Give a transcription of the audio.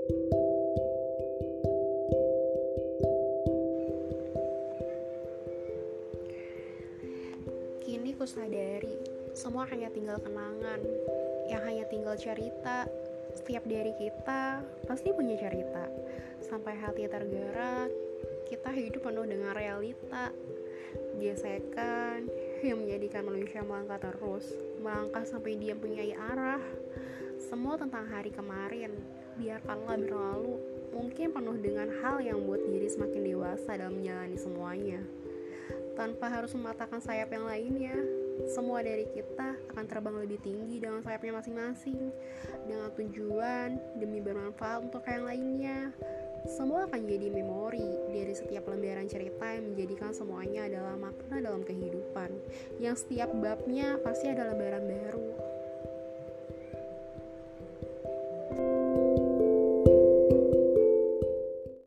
Kini ku sadari, semua hanya tinggal kenangan, yang hanya tinggal cerita. Setiap dari kita pasti punya cerita. Sampai hati tergerak, kita hidup penuh dengan realita. Gesekan yang menjadikan manusia melangkah terus, melangkah sampai dia punya arah. Semua tentang hari kemarin, biarkanlah berlalu. Mungkin penuh dengan hal yang membuat diri semakin dewasa dalam menjalani semuanya tanpa harus mematahkan sayap yang lainnya. Semua dari kita akan terbang lebih tinggi dengan sayapnya masing-masing, dengan tujuan demi bermanfaat untuk yang lainnya. Semua akan jadi memori dari setiap lembaran cerita yang menjadikan semuanya adalah makna dalam kehidupan, yang setiap babnya pasti ada lembaran baru.